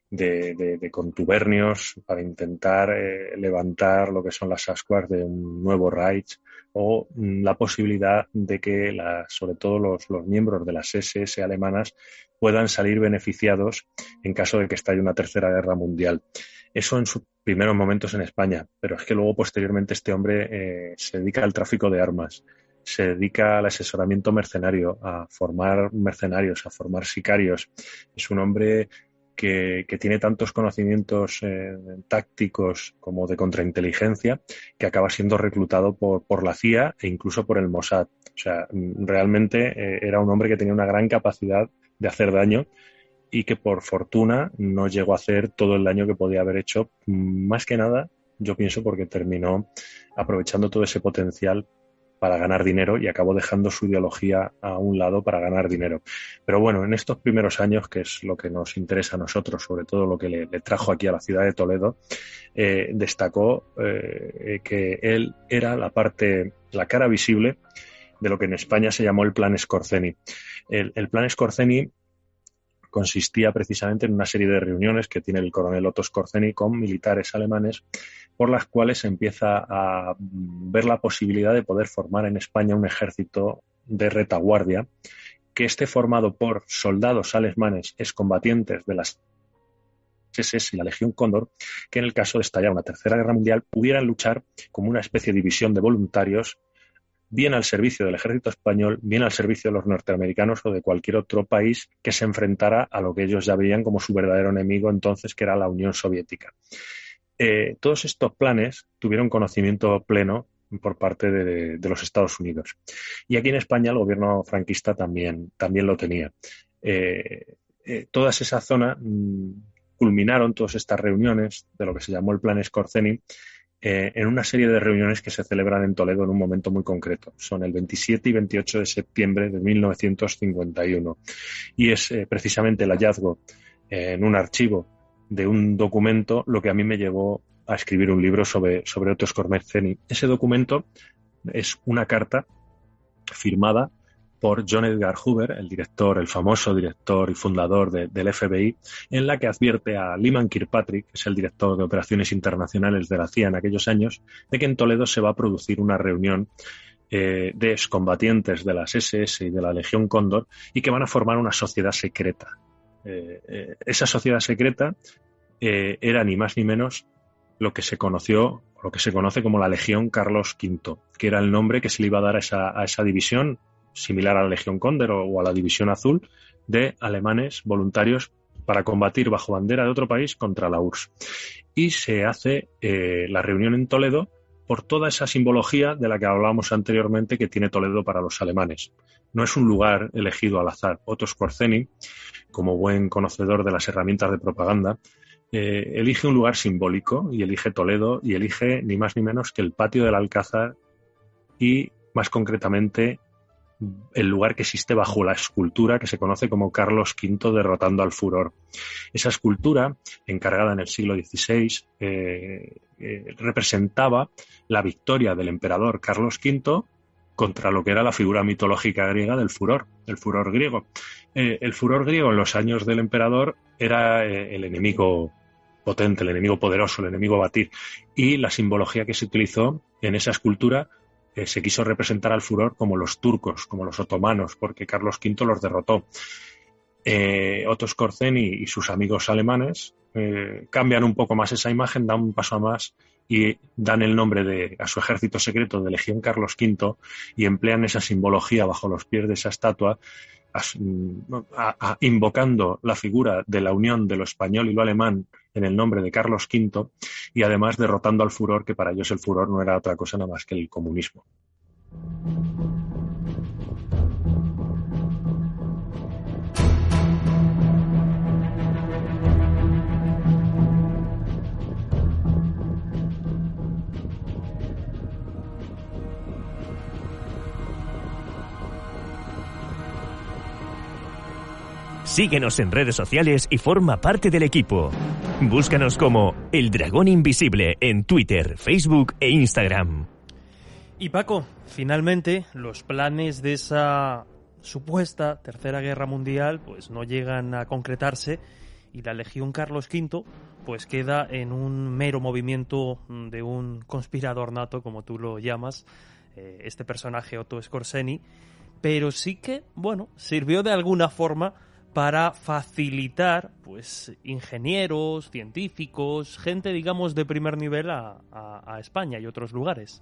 contubernios para intentar levantar lo que son las ascuas de un nuevo Reich, o la posibilidad de que sobre todo los miembros de las SS alemanas puedan salir beneficiados en caso de que estalle una tercera guerra mundial. Eso en sus primeros momentos en España, pero es que luego posteriormente este hombre se dedica al tráfico de armas, se dedica al asesoramiento mercenario, a formar mercenarios, a formar sicarios. Es un hombre que tiene tantos conocimientos tácticos como de contrainteligencia, que acaba siendo reclutado por la CIA e incluso por el Mossad. O sea, realmente era un hombre que tenía una gran capacidad de hacer daño y que por fortuna no llegó a hacer todo el daño que podía haber hecho, más que nada, yo pienso, porque terminó aprovechando todo ese potencial para ganar dinero y acabó dejando su ideología a un lado para ganar dinero. Pero bueno, en estos primeros años, que es lo que nos interesa a nosotros, sobre todo lo que le trajo aquí a la ciudad de Toledo, destacó que él era la cara visible de lo que en España se llamó el Plan Skorzeny. El Plan Skorzeny consistía precisamente en una serie de reuniones que tiene el coronel Otto Skorzeny con militares alemanes, por las cuales se empieza a ver la posibilidad de poder formar en España un ejército de retaguardia que esté formado por soldados alemanes excombatientes de las SS y la Legión Cóndor, que en el caso de estallar una tercera guerra mundial pudieran luchar como una especie de división de voluntarios, bien al servicio del ejército español, bien al servicio de los norteamericanos o de cualquier otro país que se enfrentara a lo que ellos ya veían como su verdadero enemigo entonces, que era la Unión Soviética. Todos estos planes tuvieron conocimiento pleno por parte de los Estados Unidos. Y aquí en España el gobierno franquista también lo tenía. Toda esa zona culminaron todas estas reuniones de lo que se llamó el Plan Skorzenny en una serie de reuniones que se celebran en Toledo en un momento muy concreto. Son el 27 y 28 de septiembre de 1951. Y es precisamente el hallazgo en un archivo de un documento lo que a mí me llevó a escribir un libro sobre Otto Skorzeny. Ese documento es una carta firmada por John Edgar Hoover, el famoso director y fundador del FBI, en la que advierte a Lyman Kirkpatrick, que es el director de operaciones internacionales de la CIA en aquellos años, de que en Toledo se va a producir una reunión de excombatientes de las SS y de la Legión Cóndor y que van a formar una sociedad secreta. Esa sociedad secreta era ni más ni menos lo que se conoce como la Legión Carlos V, que era el nombre que se le iba a dar a esa división, similar a la Legión Cóndor o a la División Azul, de alemanes voluntarios para combatir bajo bandera de otro país contra la URSS. Y se hace la reunión en Toledo por toda esa simbología de la que hablábamos anteriormente que tiene Toledo para los alemanes. No es un lugar elegido al azar. Otto Skorzeny, como buen conocedor de las herramientas de propaganda, elige un lugar simbólico y elige Toledo y elige ni más ni menos que el patio del Alcázar y, más concretamente, el lugar que existe bajo la escultura que se conoce como Carlos V derrotando al furor. Esa escultura, encargada en el siglo XVI, representaba la victoria del emperador Carlos V contra lo que era la figura mitológica griega del furor, el furor griego. El furor griego en los años del emperador era el enemigo potente, el enemigo poderoso, el enemigo a batir. Y la simbología que se utilizó en esa escultura se quiso representar al furor como los turcos, como los otomanos, porque Carlos V los derrotó. Otto Skorzeny y sus amigos alemanes cambian un poco más esa imagen, dan un paso más y dan el nombre a su ejército secreto de Legión Carlos V y emplean esa simbología bajo los pies de esa estatua, invocando la figura de la unión de lo español y lo alemán en el nombre de Carlos V y además derrotando al furor, que para ellos el furor no era otra cosa nada más que el comunismo. Síguenos en redes sociales y forma parte del equipo. Búscanos como El Dragón Invisible en Twitter, Facebook e Instagram. Y Paco, finalmente los planes de esa supuesta Tercera Guerra Mundial pues no llegan a concretarse y la Legión Carlos V pues queda en un mero movimiento de un conspirador nato, como tú lo llamas, este personaje Otto Skorzeny, pero sí que, bueno, sirvió de alguna forma para facilitar pues ingenieros, científicos, gente digamos de primer nivel a España y otros lugares.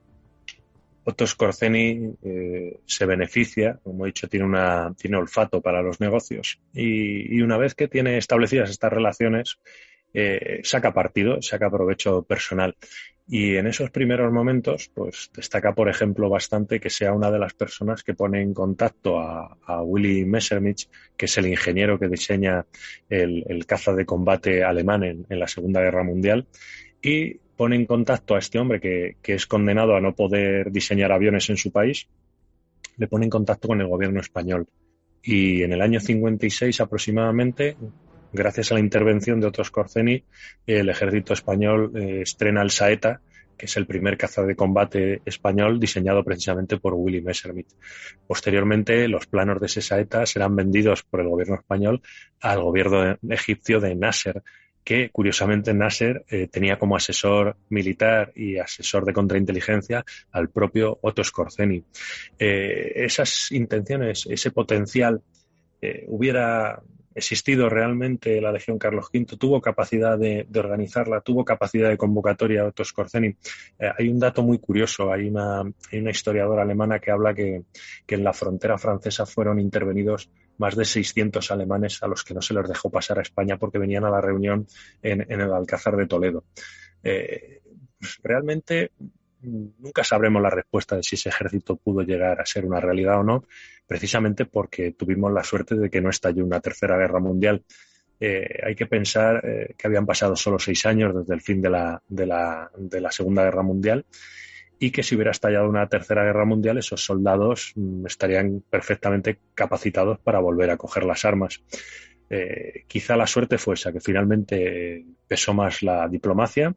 Otto Skorzeny se beneficia, como he dicho, tiene olfato para los negocios y una vez que tiene establecidas estas relaciones saca partido, saca provecho personal. Y en esos primeros momentos, pues destaca, por ejemplo, bastante que sea una de las personas que pone en contacto a Willy Messerschmitt, que es el ingeniero que diseña el caza de combate alemán en la Segunda Guerra Mundial, y pone en contacto a este hombre que es condenado a no poder diseñar aviones en su país, le pone en contacto con el gobierno español. Y en el año 56 aproximadamente, gracias a la intervención de Otto Skorzeny, el ejército español estrena el Saeta, que es el primer caza de combate español diseñado precisamente por Willy Messerschmitt. Posteriormente, los planos de ese Saeta serán vendidos por el gobierno español al gobierno egipcio de Nasser, que curiosamente Nasser tenía como asesor militar y asesor de contrainteligencia al propio Otto Skorzeny. Esas intenciones, ese potencial hubiera existido realmente la Legión Carlos V, tuvo capacidad de organizarla, tuvo capacidad de convocatoria Otto Skorzeny. Hay un dato muy curioso, hay una historiadora alemana que habla que en la frontera francesa fueron intervenidos más de 600 alemanes a los que no se les dejó pasar a España porque venían a la reunión en el Alcázar de Toledo. Realmente nunca sabremos la respuesta de si ese ejército pudo llegar a ser una realidad o no, precisamente porque tuvimos la suerte de que no estalló una tercera guerra mundial. Hay que pensar que habían pasado solo 6 años desde el fin de la Segunda Guerra Mundial y que si hubiera estallado una tercera guerra mundial, esos soldados estarían perfectamente capacitados para volver a coger las armas. Quizá la suerte fue esa, que finalmente pesó más la diplomacia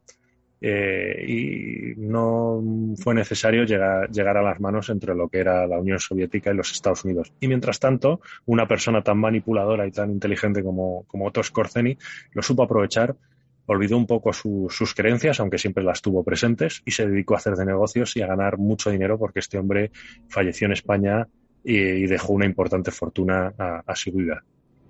y no fue necesario llegar a las manos entre lo que era la Unión Soviética y los Estados Unidos. Y mientras tanto, una persona tan manipuladora y tan inteligente como Otto Skorzeny lo supo aprovechar, olvidó un poco sus creencias, aunque siempre las tuvo presentes, y se dedicó a hacer de negocios y a ganar mucho dinero, porque este hombre falleció en España y dejó una importante fortuna a su vida.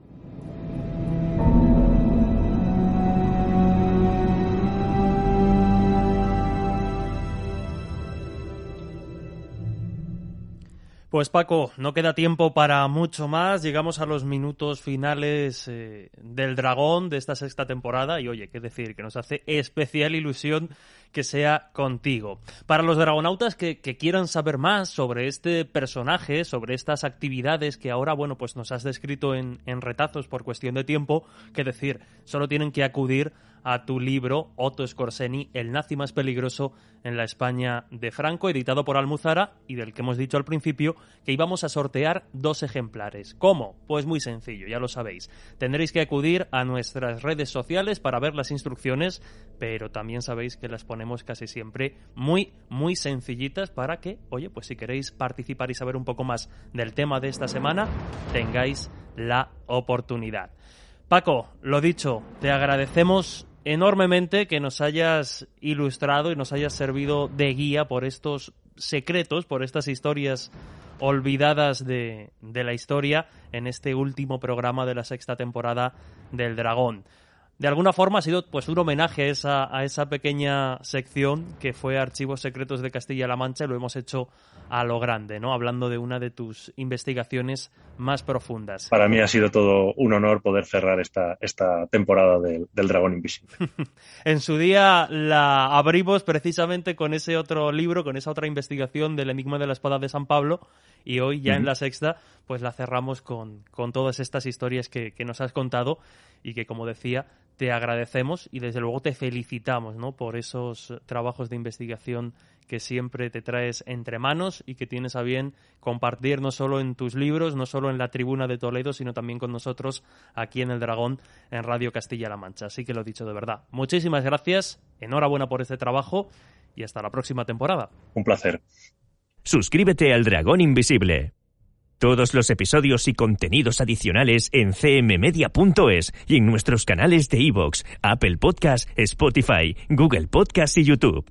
Pues Paco, no queda tiempo para mucho más, llegamos a los minutos finales del Dragón de esta 6ª temporada y oye, qué decir, que nos hace especial ilusión que sea contigo. Para los dragonautas que quieran saber más sobre este personaje, sobre estas actividades que ahora, bueno, pues nos has descrito en retazos por cuestión de tiempo, qué decir, solo tienen que acudir a tu libro, Otto Skorzeny, El nazi más peligroso en la España de Franco, editado por Almuzara y del que hemos dicho al principio que íbamos a sortear 2 ejemplares. ¿Cómo? Pues muy sencillo, ya lo sabéis. Tendréis que acudir a nuestras redes sociales para ver las instrucciones, pero también sabéis que las ponemos casi siempre muy, muy sencillitas para que, oye, pues si queréis participar y saber un poco más del tema de esta semana, tengáis la oportunidad. Paco, lo dicho, te agradecemos enormemente que nos hayas ilustrado y nos hayas servido de guía por estos secretos, por estas historias olvidadas de la historia en este último programa de la 6ª temporada del Dragón. De alguna forma ha sido pues un homenaje a esa pequeña sección que fue Archivos Secretos de Castilla-La Mancha y lo hemos hecho a lo grande, ¿no? Hablando de una de tus investigaciones más profundas. Para mí ha sido todo un honor poder cerrar esta temporada del Dragón Invisible. En su día la abrimos precisamente con ese otro libro, con esa otra investigación del Enigma de la Espada de San Pablo y hoy ya en la 6ª pues la cerramos con todas estas historias que nos has contado y que, como decía, te agradecemos y desde luego te felicitamos, ¿no?, por esos trabajos de investigación que siempre te traes entre manos y que tienes a bien compartir no solo en tus libros, no solo en la Tribuna de Toledo, sino también con nosotros aquí en El Dragón, en Radio Castilla-La Mancha. Así que lo dicho, de verdad, muchísimas gracias, enhorabuena por este trabajo y hasta la próxima temporada. Un placer. Suscríbete al Dragón Invisible. Todos los episodios y contenidos adicionales en cmmedia.es y en nuestros canales de iVoox, Apple Podcast, Spotify, Google Podcast y YouTube.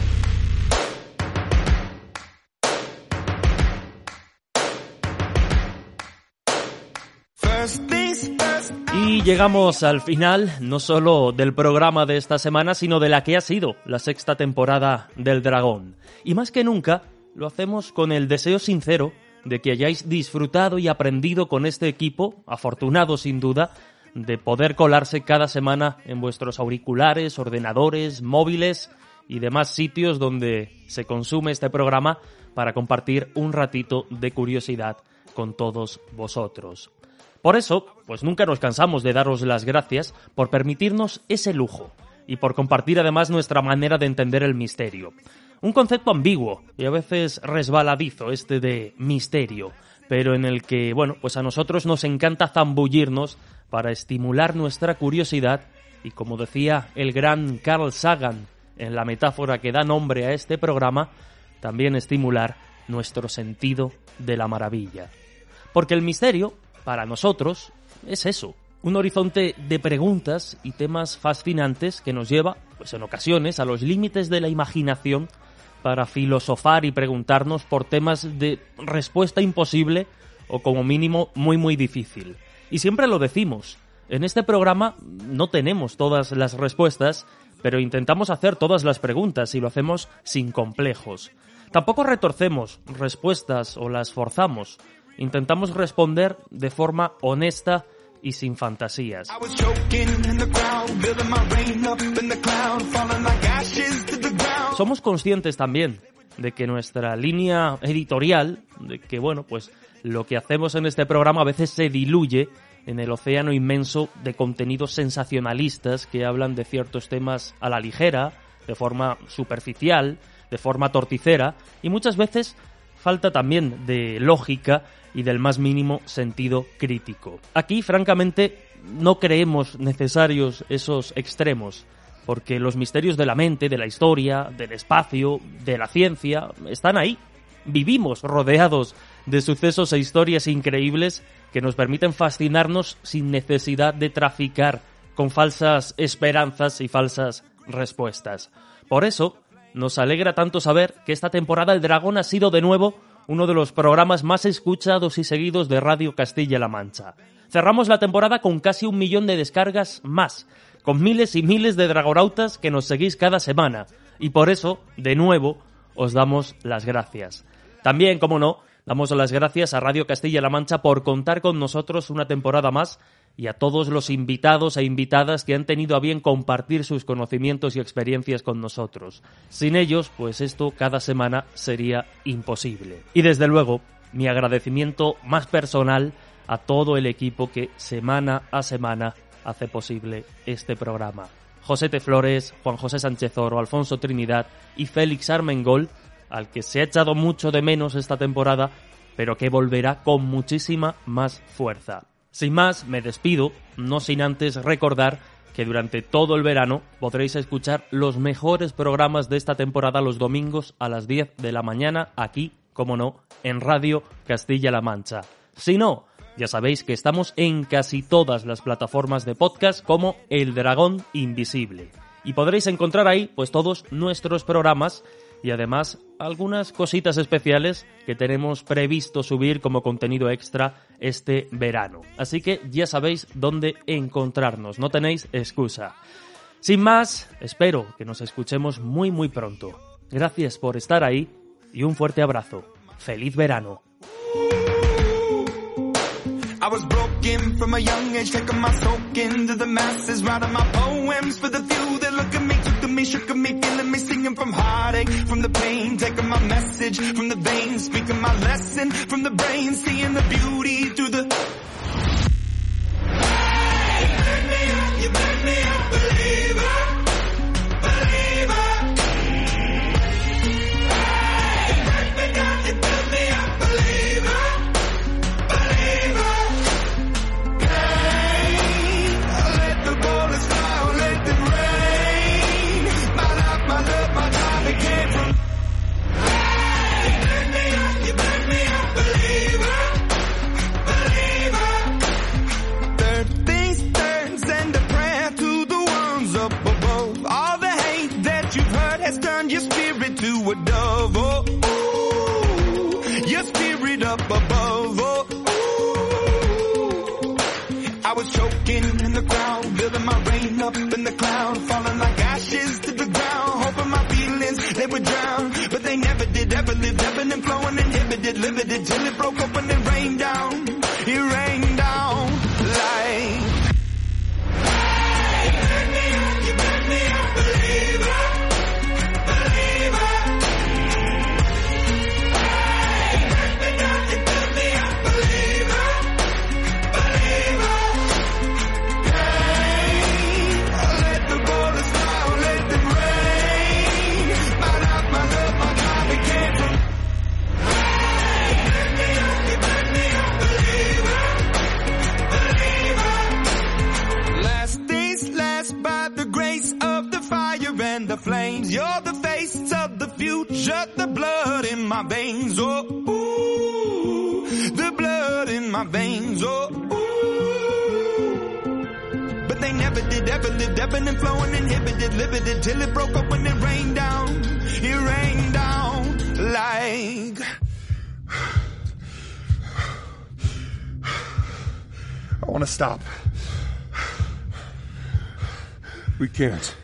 Y llegamos al final, no solo del programa de esta semana, sino de la que ha sido la 6ª temporada del Dragón. Y más que nunca, lo hacemos con el deseo sincero de que hayáis disfrutado y aprendido con este equipo, afortunado sin duda, de poder colarse cada semana en vuestros auriculares, ordenadores, móviles y demás sitios donde se consume este programa para compartir un ratito de curiosidad con todos vosotros. Por eso, pues nunca nos cansamos de daros las gracias por permitirnos ese lujo y por compartir además nuestra manera de entender el misterio. Un concepto ambiguo y a veces resbaladizo este de misterio, pero en el que, bueno, pues a nosotros nos encanta zambullirnos para estimular nuestra curiosidad y, como decía el gran Carl Sagan en la metáfora que da nombre a este programa, también estimular nuestro sentido de la maravilla. Porque el misterio, para nosotros, es eso, un horizonte de preguntas y temas fascinantes que nos lleva, pues en ocasiones, a los límites de la imaginación para filosofar y preguntarnos por temas de respuesta imposible o como mínimo muy muy difícil. Y siempre lo decimos, en este programa no tenemos todas las respuestas, pero intentamos hacer todas las preguntas y lo hacemos sin complejos. Tampoco retorcemos respuestas o las forzamos. Intentamos responder de forma honesta y sin fantasías. Somos conscientes también de que nuestra línea editorial, de que bueno, pues lo que hacemos en este programa a veces se diluye en el océano inmenso de contenidos sensacionalistas que hablan de ciertos temas a la ligera, de forma superficial, de forma torticera, y muchas veces falta también de lógica y del más mínimo sentido crítico. Aquí, francamente, no creemos necesarios esos extremos, porque los misterios de la mente, de la historia, del espacio, de la ciencia, están ahí. Vivimos rodeados de sucesos e historias increíbles que nos permiten fascinarnos sin necesidad de traficar con falsas esperanzas y falsas respuestas. Por eso, nos alegra tanto saber que esta temporada El Dragón ha sido de nuevo uno de los programas más escuchados y seguidos de Radio Castilla-La Mancha. Cerramos la temporada con casi 1 millón de descargas más, con miles y miles de dragonautas que nos seguís cada semana, y por eso, de nuevo, os damos las gracias. También, como no, damos las gracias a Radio Castilla-La Mancha por contar con nosotros una temporada más y a todos los invitados e invitadas que han tenido a bien compartir sus conocimientos y experiencias con nosotros. Sin ellos, pues esto cada semana sería imposible. Y desde luego, mi agradecimiento más personal a todo el equipo que semana a semana hace posible este programa. José T. Flores, Juan José Sánchez Oro, Alfonso Trinidad y Félix Armengol, al que se ha echado mucho de menos esta temporada, pero que volverá con muchísima más fuerza. Sin más, me despido, no sin antes recordar que durante todo el verano podréis escuchar los mejores programas de esta temporada los domingos a las 10 de la mañana, aquí, como no, en Radio Castilla-La Mancha. Si no, ya sabéis que estamos en casi todas las plataformas de podcast como El Dragón Invisible. Y podréis encontrar ahí pues todos nuestros programas y además algunas cositas especiales que tenemos previsto subir como contenido extra este verano. Así que ya sabéis dónde encontrarnos, no tenéis excusa. Sin más, espero que nos escuchemos muy muy pronto. Gracias por estar ahí y un fuerte abrazo. ¡Feliz verano! I was broken from a young age, taking my soak into the masses, writing my poems for the few that look at me, took to me, shook at me, feeling me, singing from heartache, from the pain, taking my message from the veins, speaking my lesson from the brain, seeing the beauty through the... Hey, you make me a believer, believer. Hey, you break me down, you build me a believer. Your spirit to a dove, oh, ooh, your spirit up above, oh, ooh. I was choking in the crowd, building my rain up in the cloud, falling like ashes to the ground, hoping my feelings, they would drown, but they never did, ever lived, ebbing and flowing, inhibited, limited, till it broke up and it rained down like... Hey, you make me a believer. The flames, you're the face of the future, the blood in my veins, oh, ooh, the blood in my veins, oh, ooh. But they never did, ever lived, ebbing and flowing, inhibited, limited, till it broke up when it rained down like... want to stop. We can't.